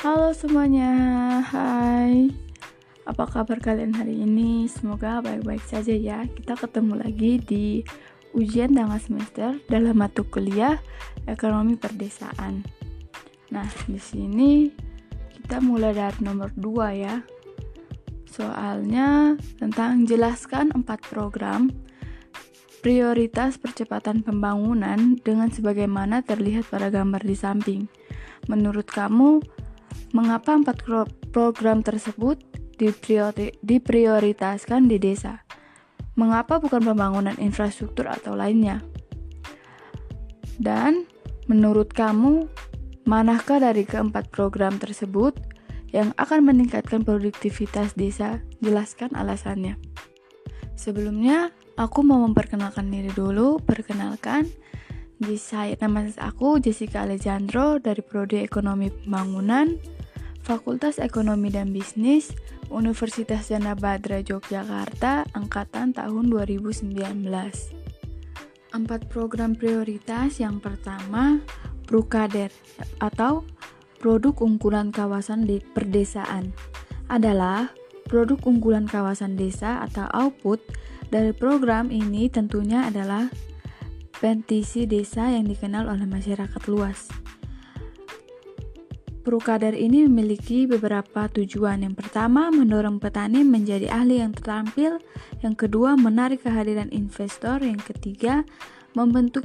Halo semuanya, hai. Apa kabar kalian hari ini? Semoga baik-baik saja ya. Kita ketemu lagi di ujian tengah semester dalam mata kuliah Ekonomi Perdesaan. Nah, di sini kita mulai dari nomor 2 ya. Soalnya tentang jelaskan 4 program prioritas percepatan pembangunan dengan sebagaimana terlihat pada gambar di samping. Menurut kamu, mengapa 4 program tersebut diprioritaskan di desa? Mengapa bukan pembangunan infrastruktur atau lainnya? Dan menurut kamu, manakah dari keempat program tersebut yang akan meningkatkan produktivitas desa? Jelaskan alasannya. Sebelumnya, aku mau memperkenalkan diri dulu. Perkenalkan, nama aku Jessica Alejandro dari Prodi Ekonomi Pembangunan, Fakultas Ekonomi dan Bisnis, Universitas Djana Badra Yogyakarta, angkatan tahun 2019. 4 program prioritas yang pertama, Prukader atau Produk Unggulan Kawasan Perdesaan adalah produk unggulan kawasan desa atau output dari program ini tentunya adalah petisi desa yang dikenal oleh masyarakat luas. Prukader ini memiliki beberapa tujuan. Yang pertama, mendorong petani menjadi ahli yang terampil. Yang kedua, menarik kehadiran investor. Yang ketiga, membentuk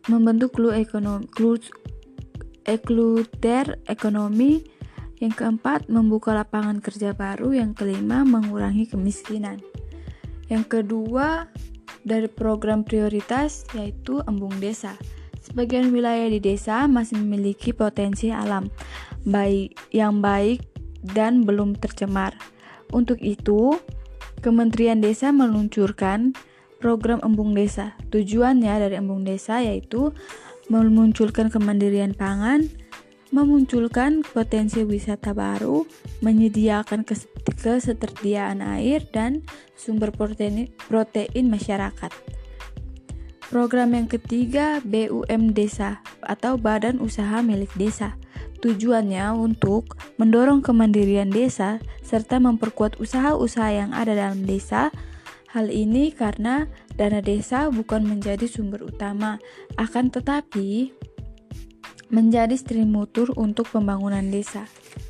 ekluder ekonomi. Yang keempat, membuka lapangan kerja baru. Yang kelima, mengurangi kemiskinan. Yang kedua dari program prioritas yaitu embung desa. Sebagian wilayah di desa masih memiliki potensi alam yang baik dan belum tercemar. Untuk itu, Kementerian Desa meluncurkan program embung desa. Tujuannya dari embung desa yaitu memunculkan kemandirian pangan, memunculkan potensi wisata baru, menyediakan ketersediaan air dan sumber protein masyarakat. Program yang ketiga, BUM Desa atau Badan Usaha Milik Desa. Tujuannya untuk mendorong kemandirian desa serta memperkuat usaha-usaha yang ada dalam desa. Hal ini karena dana desa bukan menjadi sumber utama, akan tetapi menjadi strimutur untuk pembangunan desa.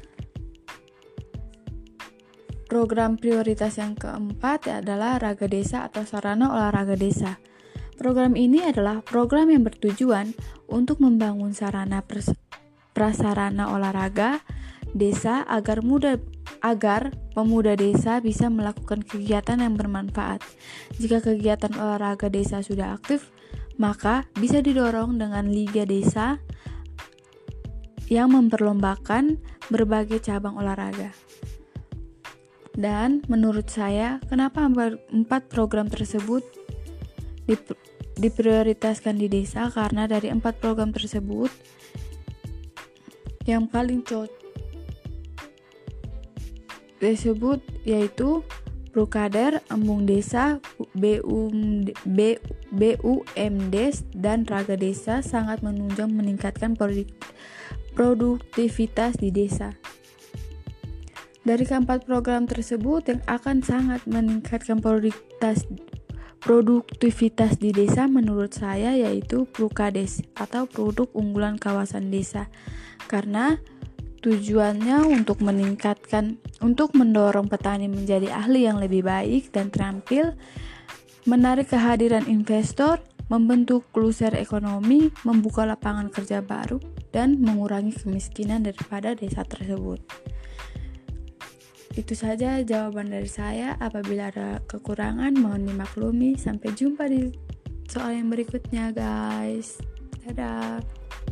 Program prioritas yang keempat adalah Raga Desa atau Sarana Olahraga Desa. Program ini adalah program yang bertujuan untuk membangun sarana prasarana olahraga desa agar pemuda desa bisa melakukan kegiatan yang bermanfaat. Jika kegiatan olahraga desa sudah aktif, maka bisa didorong dengan liga desa yang memperlombakan berbagai cabang olahraga. Dan menurut saya, kenapa 4 program tersebut diprioritaskan di desa? Karena dari 4 program tersebut, yang paling disebut yaitu Prukader, Embung Desa, BUMDes, dan Raga Desa sangat menunjang meningkatkan produktivitas di desa. Dari keempat program tersebut yang akan sangat meningkatkan produktivitas di desa menurut saya yaitu Prukades atau Produk Unggulan Kawasan Desa. Karena tujuannya untuk mendorong petani menjadi ahli yang lebih baik dan terampil, menarik kehadiran investor, membentuk kluster ekonomi, membuka lapangan kerja baru, dan mengurangi kemiskinan daripada desa tersebut. Itu saja jawaban dari saya. Apabila ada kekurangan, mohon dimaklumi. Sampai jumpa di soal yang berikutnya, guys. Dadah.